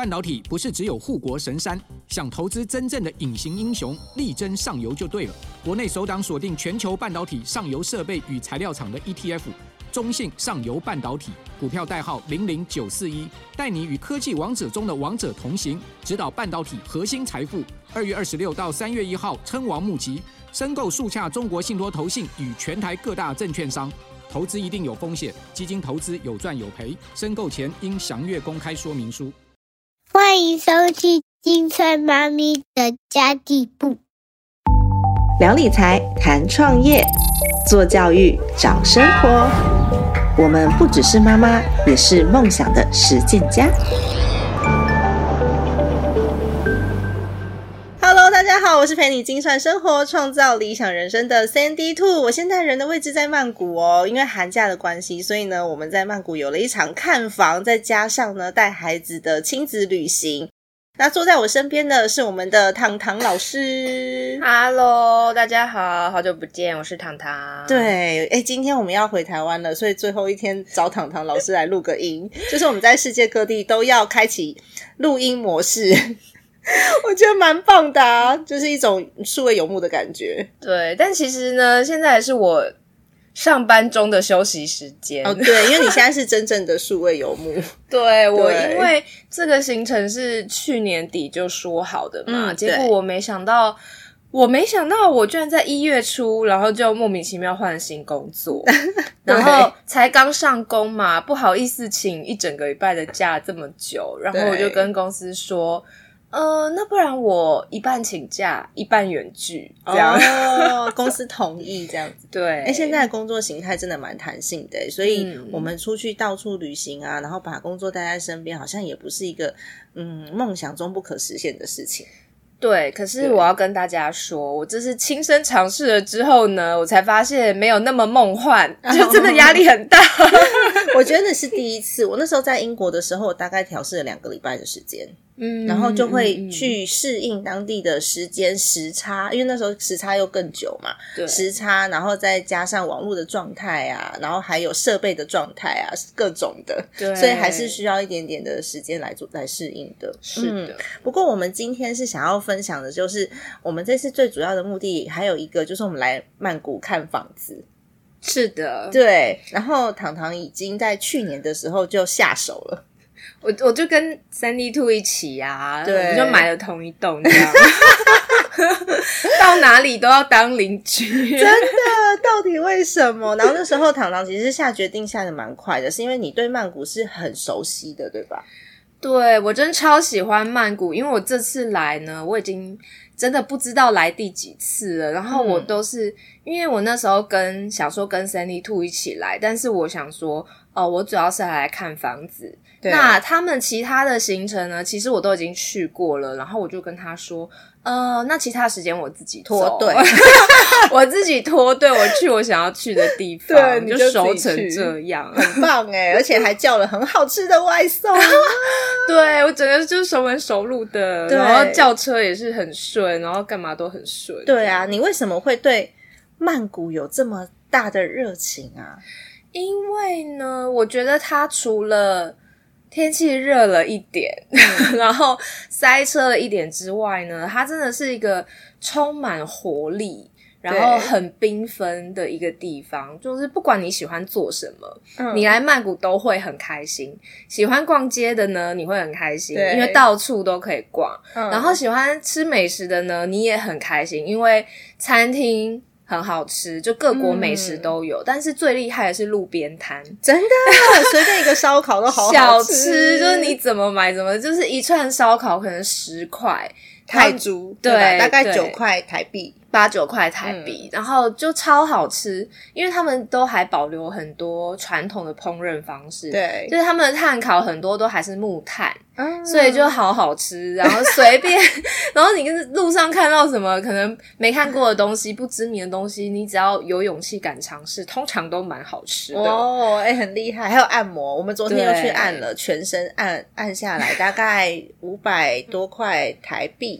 半导体不是只有护国神山，想投资真正的隐形英雄，力争上游就对了。国内首档锁定全球半导体上游设备与材料厂的 ETF， 中信上游半导体，股票代号00941，带你与科技王者中的王者同行，指导半导体核心财富。2月26到3月1号称王募集，申购速洽中国信托投信与全台各大证券商。投资一定有风险，基金投资有赚有赔，申购前应详阅公开说明书。 欢迎收听金翠妈咪的家地部， 聊理财，谈创业，做教育，找生活。我们不只是妈妈，也是梦想的实践家。Hello， 大家好，我是陪你精算生活、创造理想人生的 Sandy Two。我现在人的位置在曼谷哦，因为寒假的关系，所以呢，我们在曼谷有了一场看房，再加上呢带孩子的亲子旅行。那坐在我身边的是我们的糖糖老师。 Hello， 大家好，好久不见，我是糖糖。 对，今天我们要回台湾了，所以最后一天找糖糖老师来录个音，就是我们在世界各地都要开启录音模式。我觉得蛮棒的啊，就是一种数位游牧的感觉。 对，但其实呢，现在是我上班中的休息时间。 哦，对，因为你现在是真正的数位游牧。 对，我因为这个行程是去年底就说好的嘛，结果我没想到我居然在1月初，然后就莫名其妙换了新工作，然后才刚上工嘛，不好意思请一整个礼拜的假这么久，然后我就跟公司说那不然我一半请假一半远距这样。 公司同意这样子。 对， 现在的工作形态真的蛮弹性的，所以我们出去到处旅行啊，然后把工作带在身边，好像也不是一个梦想中不可实现的事情。 对，可是我要跟大家说，我这是亲身尝试了之后呢，我才发现没有那么梦幻，就真的压力很大。 我觉得那是第一次，我那时候在英国的时候，我大概调试了2个礼拜的时间。然后就会去适应当地的时间时差，因为那时候时差又更久嘛，时差，然后再加上网络的状态啊，然后还有设备的状态啊，各种的，所以还是需要一点点的时间来适应的。 是的， 不过我们今天是想要分享的，就是我们这次最主要的目的还有一个，就是我们来曼谷看房子。 是的， 对，然后糖糖已经在去年的时候就下手了。 我就跟Sandy Two 一起啊， 对， 我们就买了同一栋这样。到哪里都要当邻居。 真的，到底为什么？然后那时候糖糖其实下决定下的蛮快的，是因为你对曼谷是很熟悉的，对吧？ 对，我真超喜欢曼谷，因为我这次来呢，我已经真的不知道来第几次了，然后我都是因为我那时候想说跟 Sandy Two 一起来，但是我想说我主要是来看房子，那他们其他的行程呢，其实我都已经去过了，然后我就跟他说那其他时间我自己脱队。 我自己脱队，我去我想要去的地方。 对， 你就熟成这样， 很棒而且还叫了很好吃的外送。 对，我整个就是熟门熟路的，然后叫车也是很顺，然后干嘛都很顺。 对啊，你为什么会对曼谷有这么大的热情啊？ 因为呢，我觉得它除了天气热了一点，然后塞车了一点之外呢，它真的是一个充满活力，然后很缤纷的一个地方，就是不管你喜欢做什么，你来曼谷都会很开心。喜欢逛街的呢，你会很开心，因为到处都可以逛。然后喜欢吃美食的呢，你也很开心，因为餐厅很好吃，就各国美食都有，但是最厉害的是路边摊， 真的随便一个烧烤都好好吃， 小吃就是你怎么买怎么，就是一串烧烤可能10块泰铢，对吧？大概9块台币 ，8、9块台币，然后就超好吃，因为他们都还保留很多传统的烹饪方式， 对， 就是他们的炭烤很多都还是木炭，所以就好好吃，然后随便，然后你跟路上看到什么可能没看过的东西、不知名的东西，你只要有勇气敢尝试，通常都蛮好吃的。 很厉害，还有按摩，我们昨天又去按了，全身按下来大概500多块台币。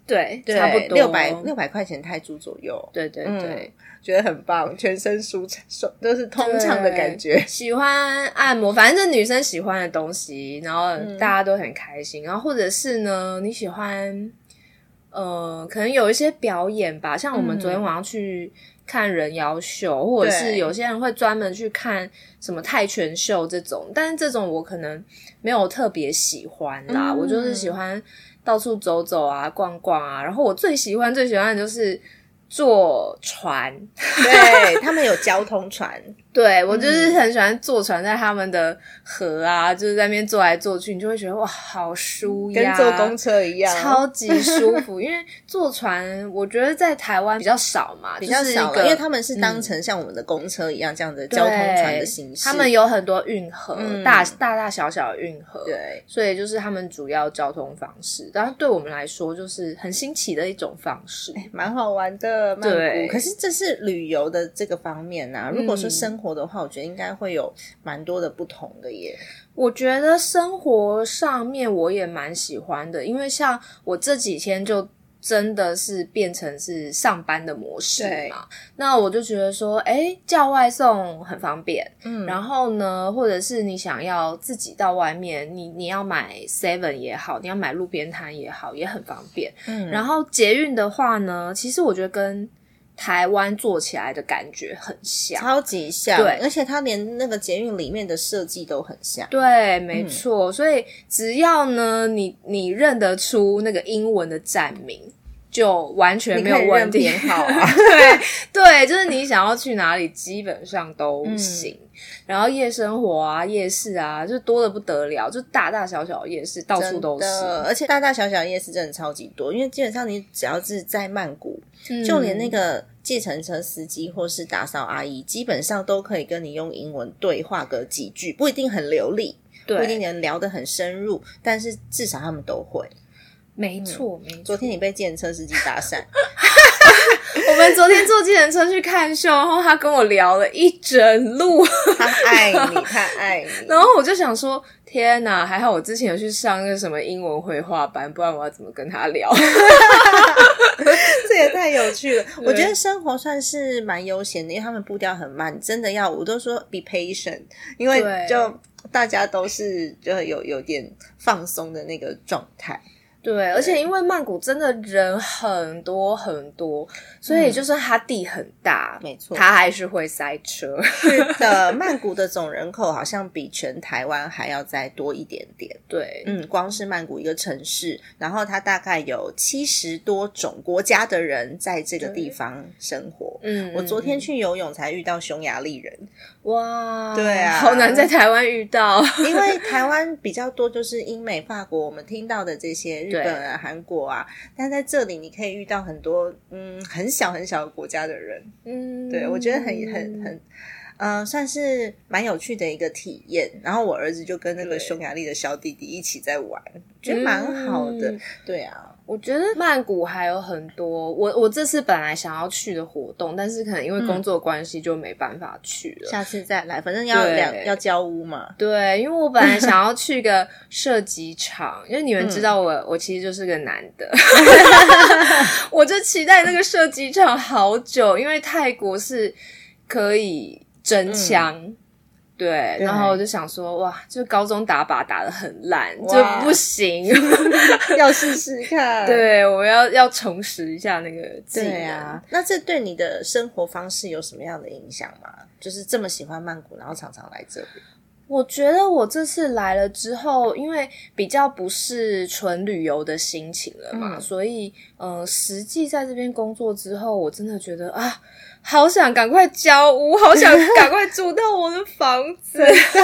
对， 对， 差不多 600块钱泰铢左右。 对对对， 觉得很棒，全身舒畅，都是通畅的感觉。 喜欢按摩，反正是女生喜欢的东西，然后大家都很开心。然后或者是呢，你喜欢可能有一些表演吧，像我们昨天晚上去看人妖秀，或者是有些人会专门去看什么泰拳秀这种，但是这种我可能没有特别喜欢啦，我就是喜欢到处走走啊，逛逛啊，然后我最喜欢的就是坐船， 对，他们有交通船， 对，我就是很喜欢坐船在他们的河啊，就是在那边坐来坐去，你就会觉得哇，好舒压， 跟坐公车一样， 超级舒服。因为坐船，我觉得在台湾比较少嘛， 比较少了，因为他们是当成像我们的公车一样这样的交通船的形式。 他们有很多运河，大大小小的运河， 对， 所以就是他们主要交通方式。然后对我们来说，就是很新奇的一种方式， 蛮好玩的。曼谷，可是这是旅游的这个方面啊。如果说生活的话，我觉得应该会有蛮多的不同的耶。 我觉得生活上面我也蛮喜欢的，因为像我这几天就真的是变成是上班的模式嘛，那我就觉得说叫外送很方便，然后呢或者是你想要自己到外面，你要买 Seven 也好，你要买路边摊也好，也很方便，然后捷运的话呢，其实我觉得跟台湾做起来的感觉很像， 超级像，对，而且它连那个捷运里面的设计都很像， 对，没错，所以只要呢你认得出那个英文的站名，就完全没有问题。 你可以认编号啊对，就是你想要去哪里基本上都行。然后夜生活啊，夜市啊，就多得不得了，就大大小小的夜市到处都是， 而且大大小小的夜市真的超级多，因为基本上你只要是在曼谷，就连那个计程车司机或是打扫阿姨基本上都可以跟你用英文对话个几句，不一定很流利，不一定能聊得很深入，但是至少他们都会。 没错没错。 昨天你被计程车司机搭讪我们昨天坐计程车去看秀，然后他跟我聊了一整路他爱你他爱你， 然后我就想说天哪，还好我之前有去上那个什么英文绘画班，不然我要怎么跟他聊这也太有趣了。我觉得生活算是蛮悠闲的，因为他们步调很慢，真的要我都说 be patient， 因为就大家都是就有点放松的那个状态。 对，而且因为曼谷真的人很多很多，所以就算它地很大， 没错， 它还是会塞车。 是的，曼谷的总人口好像比全台湾还要再多一点点。 对， 光是曼谷一个城市，然后它大概有70多种国家的人在这个地方生活。我昨天去游泳才遇到匈牙利人。 哇， 对啊， 好难在台湾遇到， 因为台湾比较多就是英美法国，我们听到的这些日本啊、韩国啊，但在这里你可以遇到很多很小很小的国家的人。对，我觉得很算是蛮有趣的一个体验。然后我儿子就跟那个匈牙利的小弟弟一起在玩，觉得蛮好的。对啊， 我觉得曼谷还有很多我这次本来想要去的活动，但是可能因为工作关系就没办法去了。 下次再来，反正要交屋嘛。 对，因为我本来想要去个射击场，因为你们知道我其实就是个男的我就期待那个射击场好久，因为泰国是可以真枪。对，然后我就想说哇，就高中打靶打得很烂，就不行要试试看。 对，我要重拾一下那个技能。 对啊，那这对你的生活方式有什么样的影响吗？就是这么喜欢曼谷，然后常常来这里。 我觉得我这次来了之后，因为比较不是纯旅游的心情了嘛，所以实际在这边工作之后，我真的觉得啊，好想赶快交屋，好想赶快住到我的房子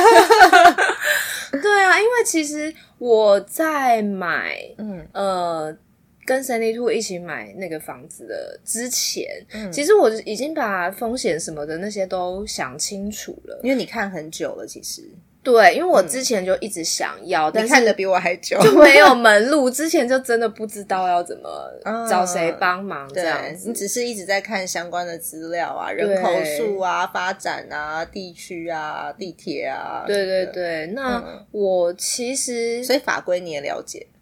对啊，因为其实我在买跟 Sandy Two 一起买那个房子的之前，其实我已经把风险什么的那些都想清楚了， 因为你看很久了其实。 对，因为我之前就一直想要，但是你看的比我还久， 就没有门路。之前就真的不知道要怎么找谁帮忙这样子。 你只是一直在看相关的资料啊，人口数啊、发展啊、地区啊、地铁啊。 对对对，那我其实所以法规你也了解。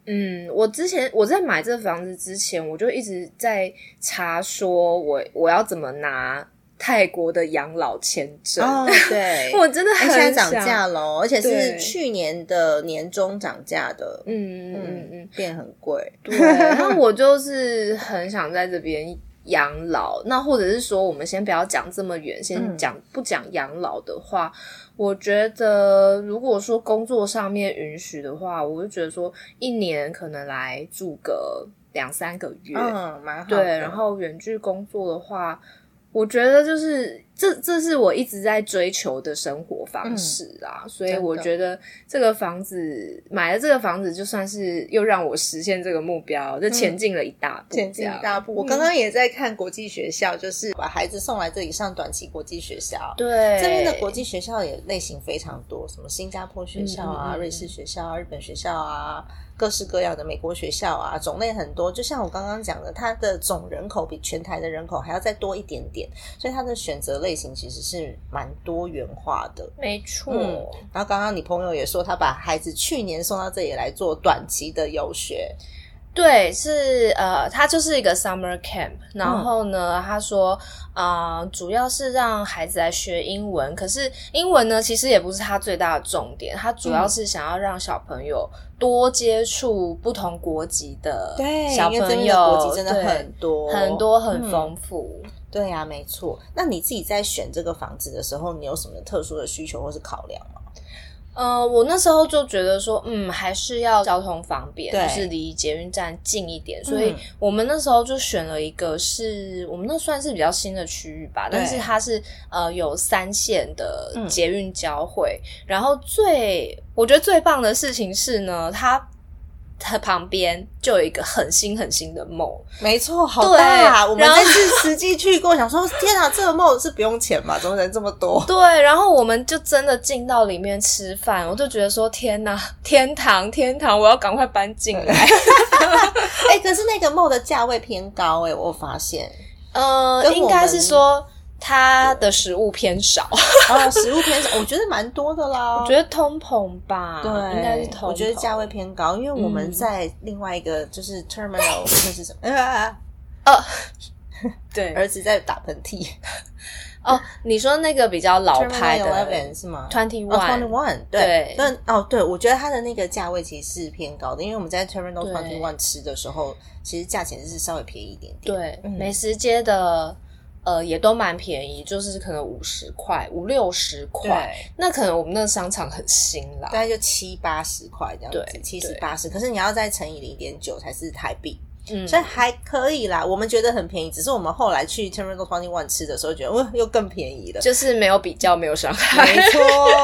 我在买这房子之前，我就一直在查说我要怎么拿泰国的养老签证。 对， 我真的很想。 现在涨价咯，而且是去年的年中涨价的。变很贵。 对，那我就是很想在这边养老。那或者是说，我们先不要讲这么远，先不讲养老的话，我觉得如果说工作上面允许的话，我就觉得说一年可能来住个2-3个月， 蛮好的。 对，然后远距工作的话，我觉得就是这是我一直在追求的生活方式啊，所以我觉得这个房子买了这个房子，就算是又让我实现这个目标，就前进了一大步。 前进一大步。我刚刚也在看国际学校，就是把孩子送来这里上短期国际学校。 对， 这边的国际学校也类型非常多，什么新加坡学校啊、瑞士学校啊、日本学校啊，各式各样的美国学校啊，种类很多。就像我刚刚讲的，它的总人口比全台的人口还要再多一点点，所以它的选择类型其实是蛮多元化的。 没错。 然后刚刚你朋友也说，他把孩子去年送到这里来做短期的游学。 对，是他就是一个 summer camp， 然后呢，他说主要是让孩子来学英文，可是英文呢其实也不是他最大的重点，他主要是想要让小朋友多接触不同国籍的小朋友， 因为这边的国籍真的很多很多很丰富。 对啊，没错。那你自己在选这个房子的时候，你有什么特殊的需求或是考量吗？ 我那时候就觉得说，还是要交通方便，就是离捷运站近一点，所以我们那时候就选了一个是我们那算是比较新的区域吧，但是它是有3线的捷运交汇，然后我觉得最棒的事情是呢，它旁边就有一个很新的 mall。 没错，好大啊！我们这次实际去过，想说天啊，这个 mall 是不用钱吧？怎么人这么多？ 对，然后我们就真的进到里面吃饭，我就觉得说天哪，天堂，我要赶快搬进来。 可是那个 mall 的价位偏高我发现。 应该是说它的食物偏少。 食物偏少，我觉得蛮多的啦。 我觉得通膨吧， 对， 应该是通膨。 我觉得价位偏高，因为我们在另外一个就是 terminal， 那是什么？ 对， 儿子在打喷嚏。 你说那个比较老牌的 11是吗 ？21， 对。对，我觉得它的那个价位其实是偏高的，因为我们在 terminal 21吃的时候，其实价钱是稍微便宜一点点。 对，美食街的。也都蛮便宜，就是可能50块、50-60块。那可能我们那个商场很新啦， 大概就70-80块这样子，70-80。可是你要再乘以0.9才是台币。所以还可以啦，我们觉得很便宜，只是我们后来去 Terminal 21吃的时候觉得又更便宜了， 就是没有比较没有伤害。 没错。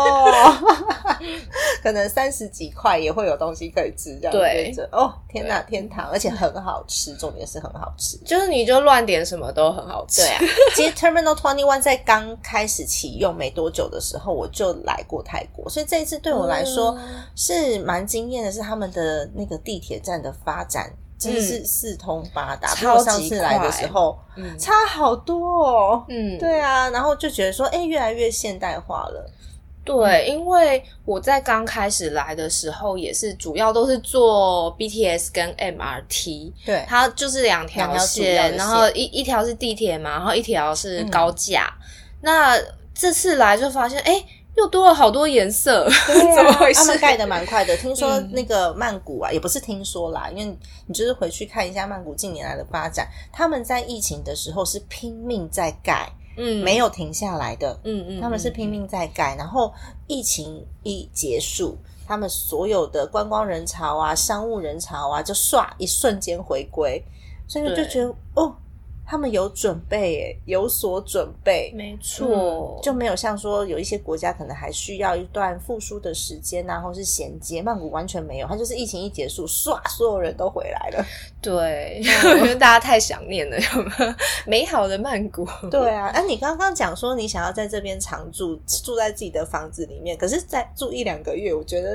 可能30几块也会有东西可以吃，这样对着天哪，天堂，而且很好吃，重点是很好吃， 就是你就乱点什么都很好吃。 对啊。其实 Terminal 21在刚开始启用没多久的时候，我就来过泰国，所以这一次对我来说是蛮惊艳的，是他们的那个地铁站的发展真的是四通八达，比我上次来的时候差好多哦。对啊，然后就觉得说越来越现代化了。 对，因为我在刚开始来的时候也是主要都是坐 BTS 跟 MRT， 对，它就是两条线，然后一条是地铁嘛，然后一条是高架。那这次来就发现又多了好多颜色。对啊，怎么回事？ 他们盖得蛮快的。听说那个曼谷啊，也不是听说啦，因为你就是回去看一下曼谷近年来的发展，他们在疫情的时候是拼命在盖，没有停下来的。他们是拼命在盖，然后疫情一结束，他们所有的观光人潮啊、商务人潮啊，就唰一瞬间回归，所以我就觉得他们有准备有所准备。 没错， 就没有像说有一些国家可能还需要一段复苏的时间啊，或是衔接，曼谷完全没有，它就是疫情一结束唰所有人都回来了。 对，因为大家太想念了，有没有美好的曼谷？ 对啊。你刚刚讲说你想要在这边常住在自己的房子里面，可是再住1-2个月我觉得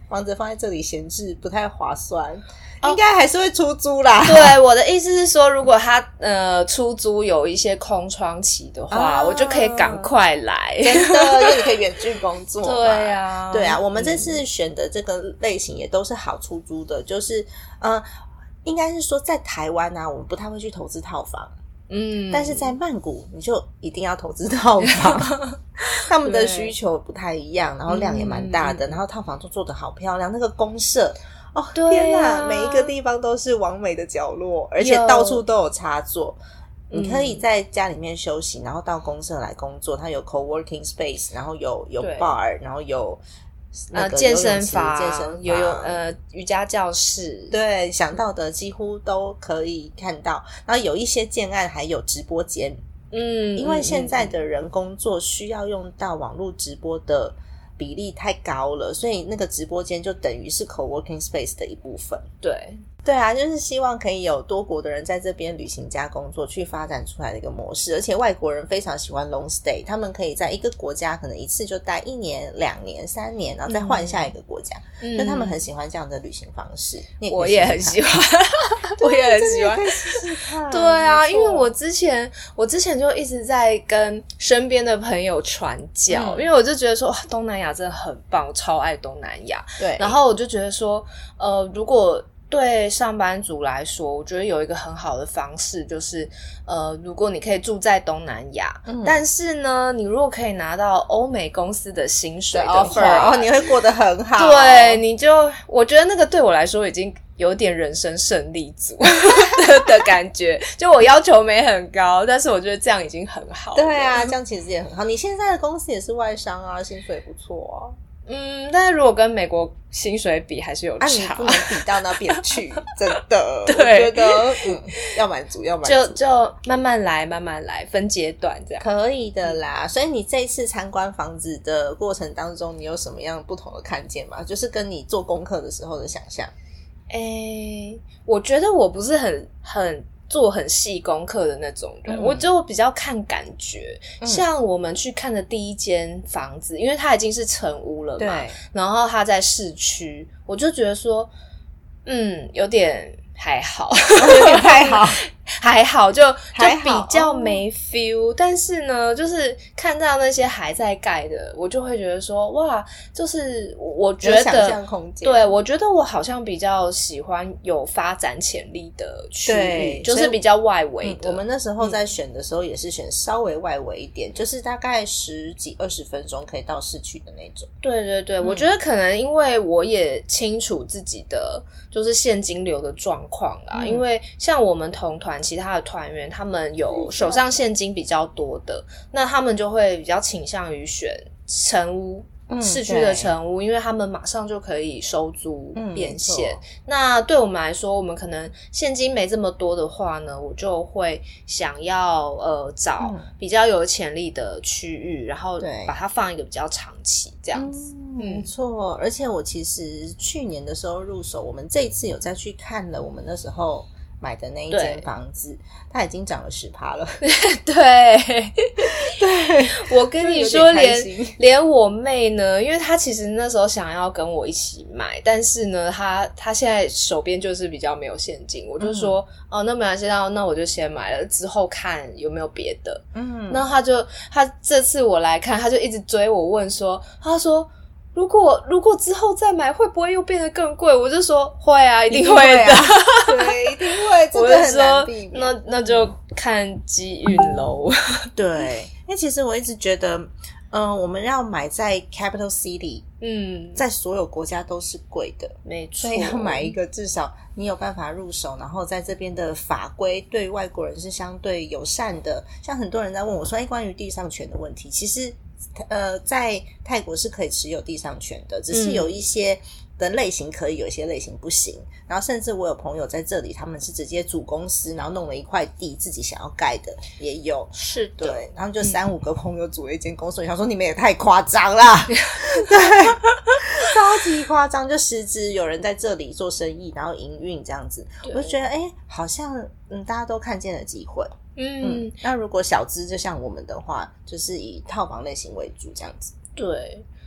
房子放在这里闲置不太划算，应该还是会出租啦。 对，我的意思是说，如果他出租有一些空窗期的话，我就可以赶快来。 真的，因为你可以远距工作嘛。 对啊， 对啊，我们这次选的这个类型也都是好出租的，就是应该是说在台湾啊，我们不太会去投资套房。但是在曼谷你就一定要投资套房他们的需求不太一样，然后量也蛮大的，然后套房都做得好漂亮，那个公设天哪，每一个地方都是完美的角落，而且到处都有插座，你可以在家里面休息，然后到公社来工作，它有 co-working space， 然后有 bar， 然后有健身房，有瑜伽教室， 对，想到的几乎都可以看到。然后有一些建案还有直播间，因为现在的人工作需要用到网络直播的比例太高了，所以那个直播间就等于是 co-working space 的一部分。对啊，就是希望可以有多国的人在这边旅行加工作去发展出来的一个模式，而且外国人非常喜欢 long stay， 他们可以在一个国家可能一次就待1年、2年、3年，然后再换下一个国家，所以他们很喜欢这样的旅行方式。 我也很喜欢我也很喜欢， 可以试试看。 对啊，因为我之前就一直在跟身边的朋友传教，因为我就觉得说东南亚真的很棒，我超爱东南亚。 对， 然后我就觉得说如果对上班族来说，我觉得有一个很好的方式就是如果你可以住在东南亚，但是呢你如果可以拿到欧美公司的薪水的 offer， 你会过得很好。 对，我觉得那个对我来说已经有点人生胜利组的感觉，就我要求没很高，但是我觉得这样已经很好了。 对啊，这样其实也很好。你现在的公司也是外商啊，薪水不错啊。 但是如果跟美国薪水比还是有差， 你不能比到那边去真的。 对， 我觉得要满足就慢慢来分阶段这样可以的啦。所以你这一次参观房子的过程当中，你有什么样不同的看见吗？就是跟你做功课的时候的想象。 我觉得我不是很做很细功课的那种人，我就比较看感觉。像我们去看的第一间房子，因为它已经是成屋了嘛， 对， 然后它在市区，我就觉得说有点还好有点太好还好就比较没 feel，但是呢就是看到那些还在盖的，我就会觉得说哇，就是我觉得有想象空间。 对，我觉得我好像比较喜欢有发展潜力的区域，就是比较外围的。 我们那时候在选的时候也是选稍微外围一点，就是大概10几20分钟可以到市区的那种。 对，我觉得可能因为我也清楚自己的就是现金流的状况啦，因为像我们同团其他的团员他们有手上现金比较多的，那他们就会比较倾向于选成屋，市区的成屋，因为他们马上就可以收租变现。那对我们来说，我们可能现金没这么多的话呢，我就会想要找比较有潜力的区域，然后把它放一个比较长期这样子。 没错，而且我其实去年的时候入手，我们这一次有再去看了我们那时候买的那一间房子，它已经涨了10%了。 对，我跟你说连我妹呢，因为她其实那时候想要跟我一起买，但是呢她现在手边就是比较没有现金，我就说那没关系，那我就先买了，之后看有没有别的。那她这次我来看，她就一直追我问说，她说如果之后再买会不会又变得更贵？我就说会啊，一定会的。 对，一定会，这个很难避免。 那就看机运咯。 对，因为其实我一直觉得我们要买在 capital city，在所有国家都是贵的， 没错。 所以要买一个至少你有办法入手，然后在这边的法规对外国人是相对友善的。像很多人在问我说关于地上权的问题，其实在泰国是可以持有地上权的，只是有一些的类型可以，有一些类型不行。然后甚至我有朋友在这里，他们是直接组公司，然后弄了一块地自己想要盖的也有。 是的， 对，然后就3-5个朋友组了一间公司，我想说你们也太夸张啦。对，超级夸张，就实质有人在这里做生意，然后营运这样子，我就觉得好像大家都看见了机会。那如果小资就像我们的话，就是以套房类型为主这样子。 对，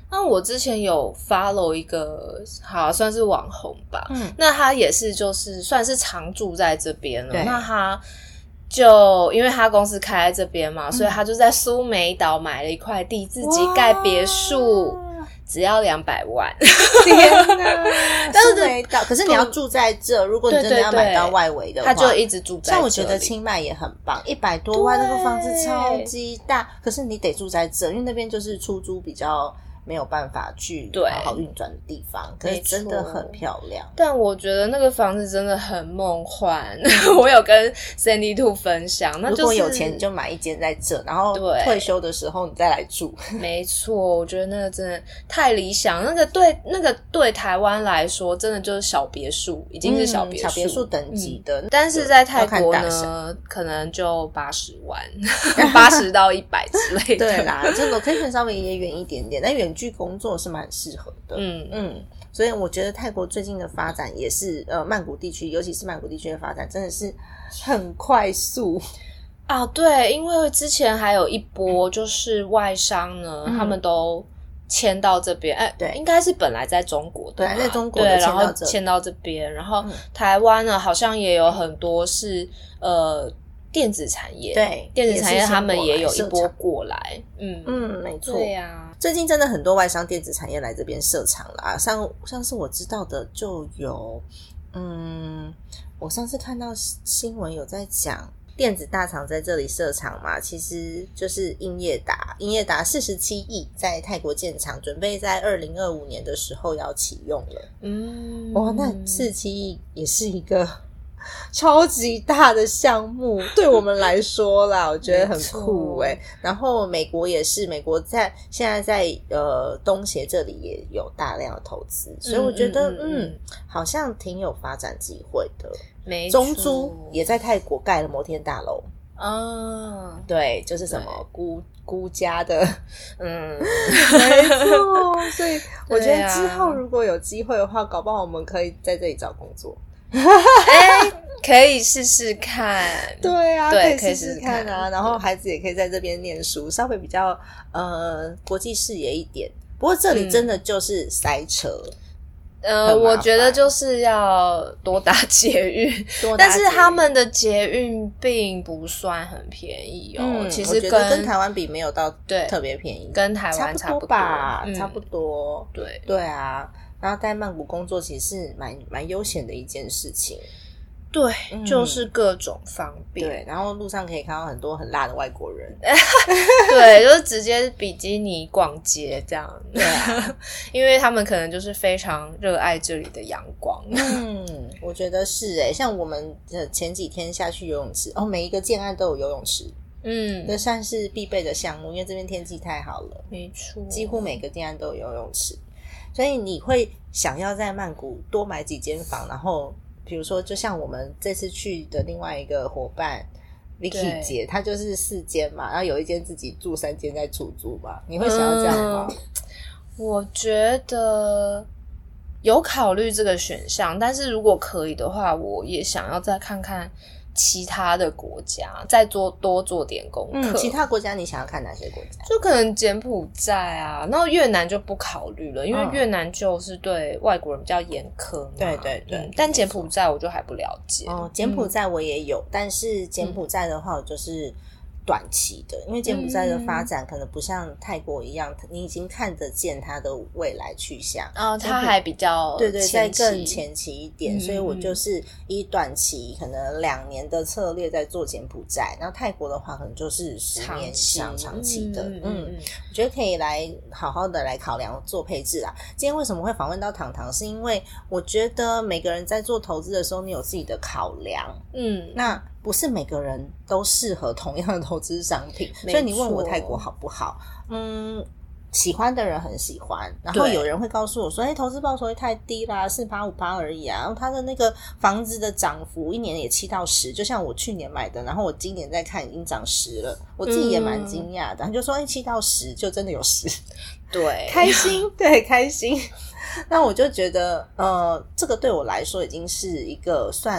那我之前有 follow 一个好算是网红吧，那他也是就是算是常住在这边了，那他就因为他公司开在这边嘛，所以他就在苏梅岛买了一块地，自己盖别墅，只要200万。 天哪！苏梅岛，可是你要住在这，如果你真的要买到外围的话， 他就一直住在这里。 像我觉得清迈也很棒，100多万那个房子超级大，可是你得住在这，因为那边就是出租比较没有办法去好好运转的地方，可是真的很漂亮。 但我觉得那个房子真的很梦幻，我有跟 Sandy Two 分享。那就是、 如果有钱你就买一间在这，然后退休的时候你再来住。 没错，我觉得那个真的太理想。那个对台湾来说，真的就是小别墅，已经是小别墅、 小别墅等级的。 但是在泰国呢，可能就80万，80到100之类的。 对啦，这 location 稍微也远一点点，但远距工作是蛮适合的。所以我觉得泰国最近的发展也是曼谷地区，尤其是曼谷地区的发展真的是很快速啊。对，因为之前还有一波就是外商呢，他们都迁到这边，对，应该是本来在中国的， 对，在中国的， 对，然后迁到这边，然后台湾呢好像也有很多是电子产业，对，电子产业他们也有一波过来， 没错， 对呀， 最近真的很多外商电子产业来这边设厂啦，像是我知道的就有，我上次看到新闻有在讲电子大厂在这里设厂嘛，其实就是英业达47亿在泰国建厂，准备在2025年的时候要启用了。哇，那47亿也是一个超级大的项目，对我们来说啦，我觉得很酷欸。然后美国也是，美国现在在东协这里也有大量的投资，所以我觉得好像挺有发展机会的。 没错， 中租也在泰国盖了摩天大楼啊，对，就是什么孤家的，没错。所以我觉得之后如果有机会的话，搞不好我们可以在这里找工作。 可以试试看。 对啊，可以试试看啊。然后孩子也可以在这边念书，稍微比较国际视野一点。不过这里真的就是塞车。 我觉得就是要多搭捷运，但是他们的捷运并不算很便宜哦。其实我觉得跟台湾比没有到特别便宜， 跟台湾差不多吧，差不多。对啊，然后在曼谷工作其实是蛮悠闲的一件事情。 对，就是各种方便。 对，然后路上可以看到很多很辣的外国人。 对，就是直接比基尼逛街这样。对啊，因为他们可能就是非常热爱这里的阳光。 我觉得是欸，像我们前几天下去游泳池，每一个建案都有游泳池。这算是必备的项目，因为这边天气太好了。 没错， 几乎每个建案都有游泳池，所以你会想要在曼谷多买几间房，然后比如说就像我们这次去的另外一个伙伴 Vicky 姐，她就是4间嘛，然后有一间自己住，3间在出租嘛。你会想要这样吗？ 我觉得有考虑这个选项，但是如果可以的话，我也想要再看看其他的国家，再多做点功课。 其他国家你想要看哪些国家？ 就可能柬埔寨啊，然后越南就不考虑了，因为越南就是对外国人比较严苛嘛。 对， 但柬埔寨我就还不了解。 柬埔寨我也有，但是柬埔寨的话我就是短期的，因为柬埔寨的发展可能不像泰国一样，你已经看得见它的未来去向。 它还比较对，再更前期一点，所以我就是以短期可能2年的策略在做柬埔寨，然后泰国的话可能就是10年以上长期的。我觉得可以来好好的来考量做配置啦。今天为什么会访问到糖糖，是因为我觉得每个人在做投资的时候，你有自己的考量。那不是每个人都适合同样的投资商品，所以你问我泰国好不好？喜欢的人很喜欢，然后有人会告诉我说投资报酬率太低啦，4%、5%而已啊，然后他的那个房子的涨幅1年也7到10%，就像我去年买的，然后我今年在看已经涨10了，我自己也蛮惊讶的。他就说7到10就真的有10，对，开心，对，开心。那我就觉得这个对我来说已经是一个算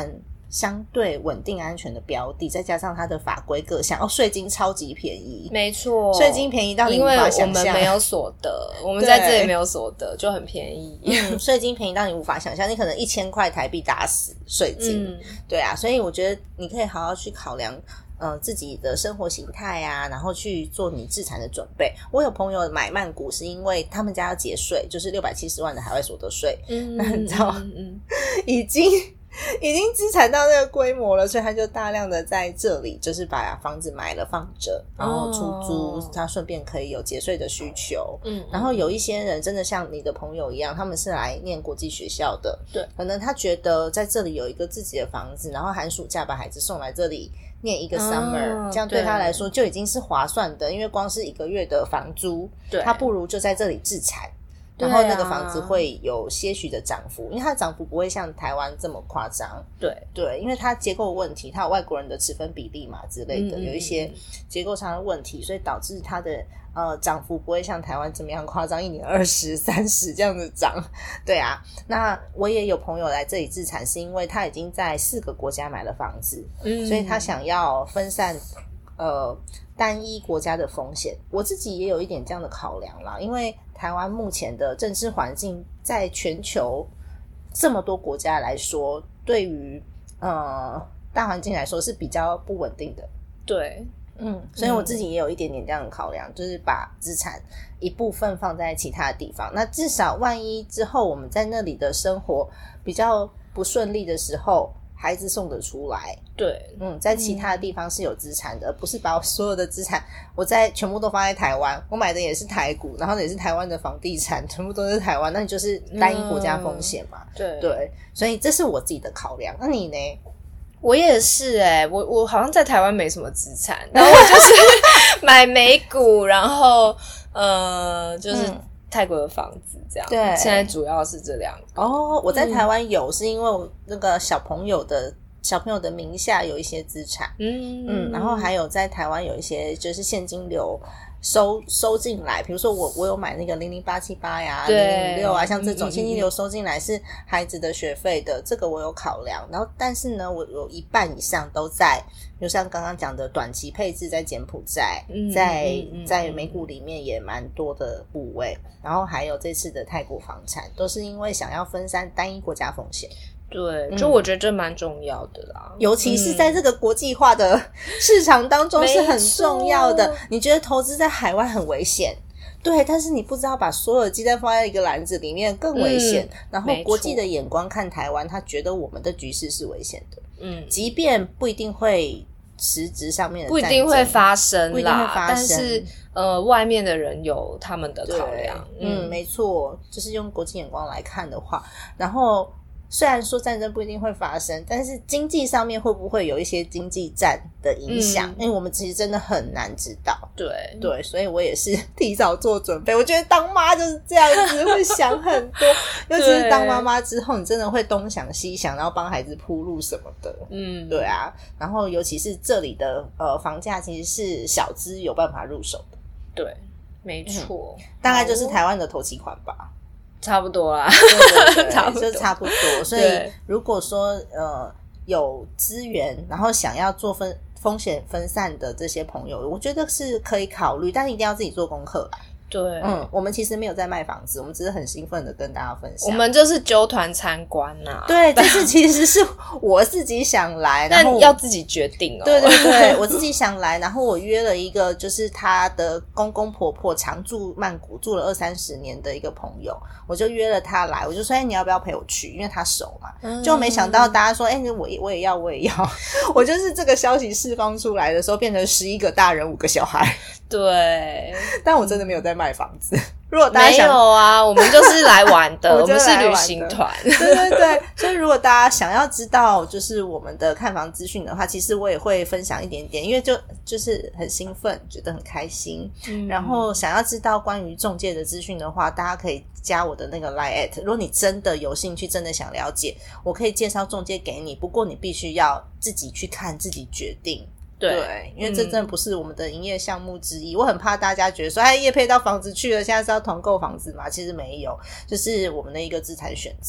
相对稳定安全的标的，再加上它的法规各项，税金超级便宜， 没错， 税金便宜到你无法想象， 因为我们没有所得，我们在这里没有所得就很便宜， 税金便宜到你无法想象，你可能1000块台币打死税金，对啊，所以我觉得你可以好好去考量自己的生活形态啊，然后去做你置产的准备。我有朋友买曼谷是因为他们家要节税，就是670万的海外所得税，那你知道已经资产到那个规模了，所以他就大量的在这里就是把房子买了放着，然后出租，他顺便可以有节税的需求。然后有一些人真的像你的朋友一样，他们是来念国际学校的，对，可能他觉得在这里有一个自己的房子，然后寒暑假把孩子送来这里念一个 summer，这样对他来说就已经是划算的，因为光是1个月的房租，他不如就在这里置产，然后那个房子会有些许的涨幅，因为它的涨幅不会像台湾这么夸张。对，因为它结构问题，它有外国人的持分比例嘛之类的，有一些结构上的问题，所以导致它的涨幅不会像台湾这么样夸张，1年20、30这样子涨。对啊，那我也有朋友来这里置产，是因为他已经在4个国家买了房子，所以他想要分散单一国家的风险。我自己也有一点这样的考量啦，因为台湾目前的政治环境在全球这么多国家来说，对于大环境来说是比较不稳定的。 对， 所以我自己也有一点点这样的考量，就是把资产一部分放在其他的地方，那至少万一之后我们在那里的生活比较不顺利的时候，孩子送得出来。对，在其他的地方是有资产的，而不是把我所有的资产全部都放在台湾，我买的也是台股，然后也是台湾的房地产，全部都是台湾，那你就是单一国家风险嘛。对，所以这是我自己的考量。那你呢？ 我也是我好像在台湾没什么资产，然后我就是买美股，然后就是泰国的房子这样。对，现在主要是这两个。 我在台湾有，是因为我那个小朋友的名下有一些资产，然后还有在台湾有一些就是现金流收进来，比如说我有买那个00878呀056啊，像这种现金流收进来是孩子的学费的，这个我有考量。然后但是呢，我有一半以上都在比如像刚刚讲的短期配置在柬埔寨，在美股里面也蛮多的部位，然后还有这次的泰国房产，都是因为想要分散单一国家风险。 对，就我觉得这蛮重要的啦， 尤其是在这个国际化的市场当中是很重要的。你觉得投资在海外很危险，对，但是你不知道把所有的鸡蛋放在一个篮子里面更危险。然后国际的眼光看台湾，他觉得我们的局势是危险的，即便不一定会实质上面的不一定会发生啦， 不一定会发生， 但是外面的人有他们的考量。 没错，就是用国际眼光来看的话，然后虽然说战争不一定会发生，但是经济上面会不会有一些经济战的影响，因为我们其实真的很难知道。对，所以我也是提早做准备。我觉得当妈就是这样子，会想很多尤其是当妈妈之后，你真的会东想西想，然后帮孩子铺路什么的。对啊，然后尤其是这里的房价其实是小资有办法入手的。 对，没错， 大概就是台湾的头期款吧。 差不多啦， 对就差不多。所以如果说有资源，然后想要做风险分散的这些朋友，我觉得是可以考虑，但是一定要自己做功课啦。 对， 我们其实没有在卖房子，我们只是很兴奋的跟大家分享。 我们就是揪团参观啊。 对，这次其实是我自己想来， 但要自己决定哦。 对，我自己想来，然后我约了一个就是他的公公婆婆常住曼谷住了20-30年的一个朋友，我就约了他来，我就说你要不要陪我去，因为他熟嘛。就没想到大家说我也要我就是这个消息释放出来的时候变成11个大人5个小孩。 对， 但我真的没有在卖房子。如果大家没有啊，我们就是来玩的，我们是旅行团。 对，所以如果大家想要知道就是我们的看房资讯的话，其实我也会分享一点点，因为就是很兴奋，觉得很开心。然后想要知道关于仲介的资讯的话，大家可以加我的那个 Line@， 如果你真的有兴趣，真的想了解，我可以介绍仲介给你，不过你必须要自己去看，自己决定。对，因为这真的不是我们的营业项目之一。我很怕大家觉得说业配到房子去了，现在是要团购房子嘛？其实没有，就是我们的一个资产选择。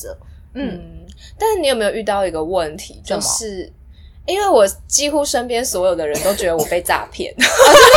但是你有没有遇到一个问题，就是因为我几乎身边所有的人都觉得我被诈骗。对，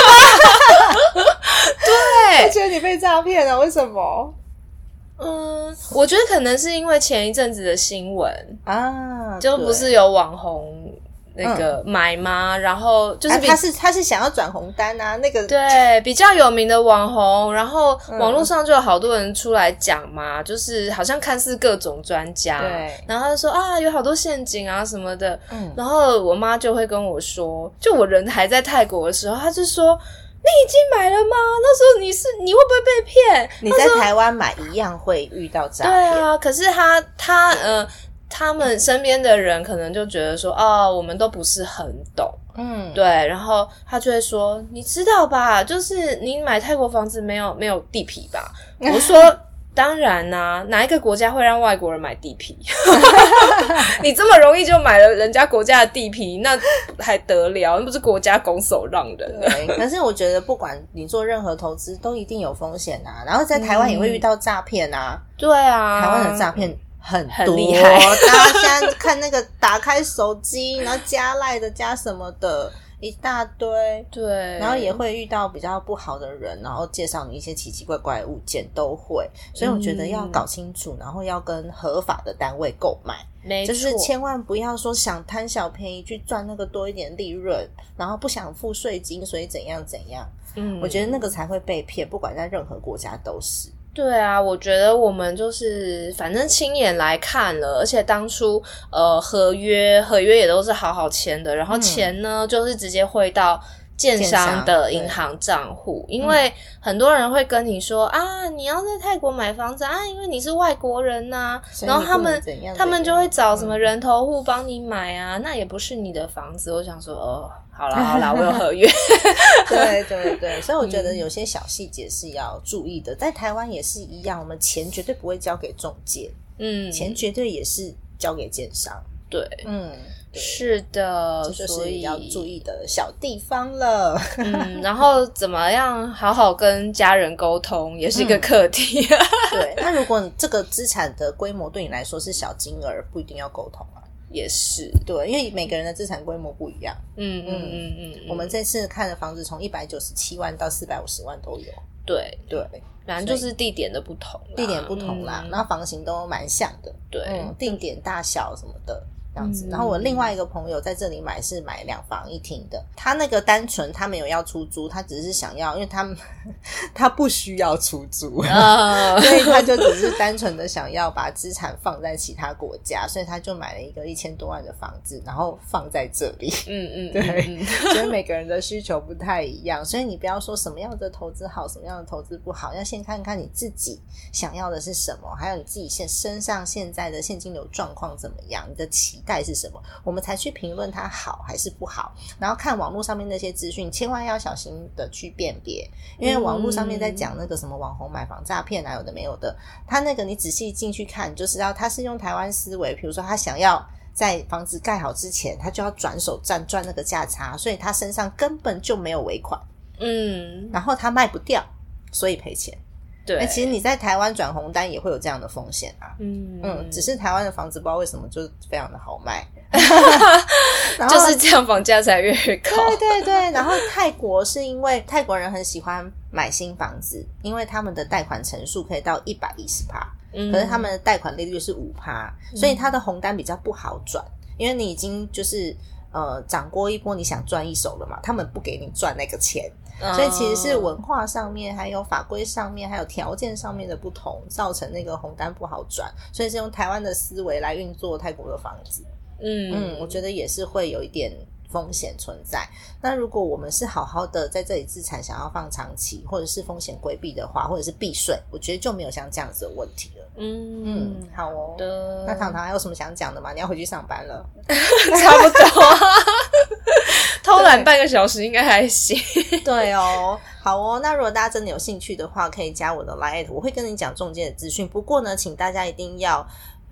我觉得你被诈骗了，为什么？ 我觉得可能是因为前一阵子的新闻啊， 就不是有网红那个买吗？然后就是他是想要转红单啊，那个对比较有名的网红，然后网络上就有好多人出来讲嘛，就是好像看似各种专家， 对， 然后他就说啊有好多陷阱啊什么的，然后我妈就会跟我说，就我人还在泰国的时候，她就说你已经买了吗？那时候你会不会被骗？ 你在台湾买一样会遇到诈骗。 对啊，可是他们身边的人可能就觉得说，我们都不是很懂，对，然后他就会说，你知道吧？就是你买泰国房子没有地皮吧？我说。当然啊，哪一个国家会让外国人买地皮？你这么容易就买了人家国家的地皮，那还得了？那不是国家拱手让人的。 对，可是我觉得不管你做任何投资都一定有风险啊，然后在台湾也会遇到诈骗啊。 对啊， 台湾的诈骗很厉害， 大家现在看那个打开手机，然后加赖的加什么的一大堆， 对， 然后也会遇到比较不好的人，然后介绍你一些奇奇怪怪的物件都会，所以我觉得要搞清楚，然后要跟合法的单位购买， 没错， 就是千万不要说想贪小便宜去赚那个多一点利润，然后不想付税金，所以怎样怎样，我觉得那个才会被骗，不管在任何国家都是。 对啊，我觉得我们就是反正亲眼来看了，而且当初合约也都是好好签的，然后钱呢就是直接汇到建商的银行账户，因为很多人会跟你说啊，你要在泰国买房子啊，因为你是外国人啊，然后他们就会找什么人头户帮你买啊，那也不是你的房子。我想说好啦，我有合约。 对对对，所以我觉得有些小细节是要注意的。在台湾也是一样，我们钱绝对不会交给中介，钱绝对也是交给建商。 对，是的， 这就是要注意的小地方了。 然后怎么样好好跟家人沟通也是一个课题。 对，那如果你这个资产的规模对你来说是小金额，不一定要沟通啊。 也是， 对，因为每个人的资产规模不一样。我们这次看的房子从197万到450万都有。 对对， 反正就是地点的不同啦， 然后房型都蛮像的。 对， 定点大小什么的。这样子，然后我另外一个朋友在这里买2房1厅的，他那个单纯他没有要出租，他只是想要，因为他不需要出租，所以他就只是单纯的想要把资产放在其他国家，所以他就买了一个1000多万的房子，然后放在这里。对，所以每个人的需求不太一样，所以你不要说什么样的投资好，什么样的投资不好，要先看看你自己想要的是什么，还有你自己身上现在的现金流状况怎么样，你的期待是什么，我们才去评论它好还是不好。然后看网络上面那些资讯，千万要小心的去辨别，因为网络上面在讲那个什么网红买房诈骗啊，有的没有的，他那个你仔细进去看，你就知道他是用台湾思维，比如说他想要在房子盖好之前，他就要转手赚那个价差，所以他身上根本就没有尾款，然后他卖不掉，所以赔钱。 对， 其实你在台湾转红单也会有这样的风险啊。只是台湾的房子不知道为什么就非常的好卖， 就是这样，房价才越高。 对对对，然后泰国是因为泰国人很喜欢买新房子，因为他们的贷款成数可以到110%，可是他们的贷款利率是5%，所以他的红单比较不好转，因为你已经就是涨过一波，你想赚一手了嘛，他们不给你赚那个钱。所以其实是文化上面还有法规上面还有条件上面的不同，造成那个红单不好转，所以是用台湾的思维来运作泰国的房子。我觉得也是会有一点风险存在。那如果我们是好好的在这里资产想要放长期，或者是风险规避的话，或者是避税，我觉得就没有像这样子的问题了。好哦。那糖糖还有什么想讲的吗？你要回去上班了。 差不多偷懒半个小时应该还行。 对哦，好哦。那如果大家真的有兴趣的话，可以加我的 LINE， 我会跟你讲中介的资讯。不过呢，请大家一定要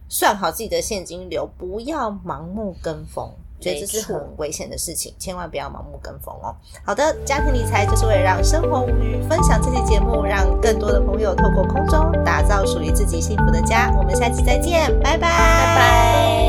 算好自己的现金流，不要盲目跟风。觉得这是很危险的事情，千万不要盲目跟风哦。好的，家庭理财就是为了让生活无虞，分享这期节目，让更多的朋友透过空中打造属于自己幸福的家。我们下期再见，拜拜， 拜拜。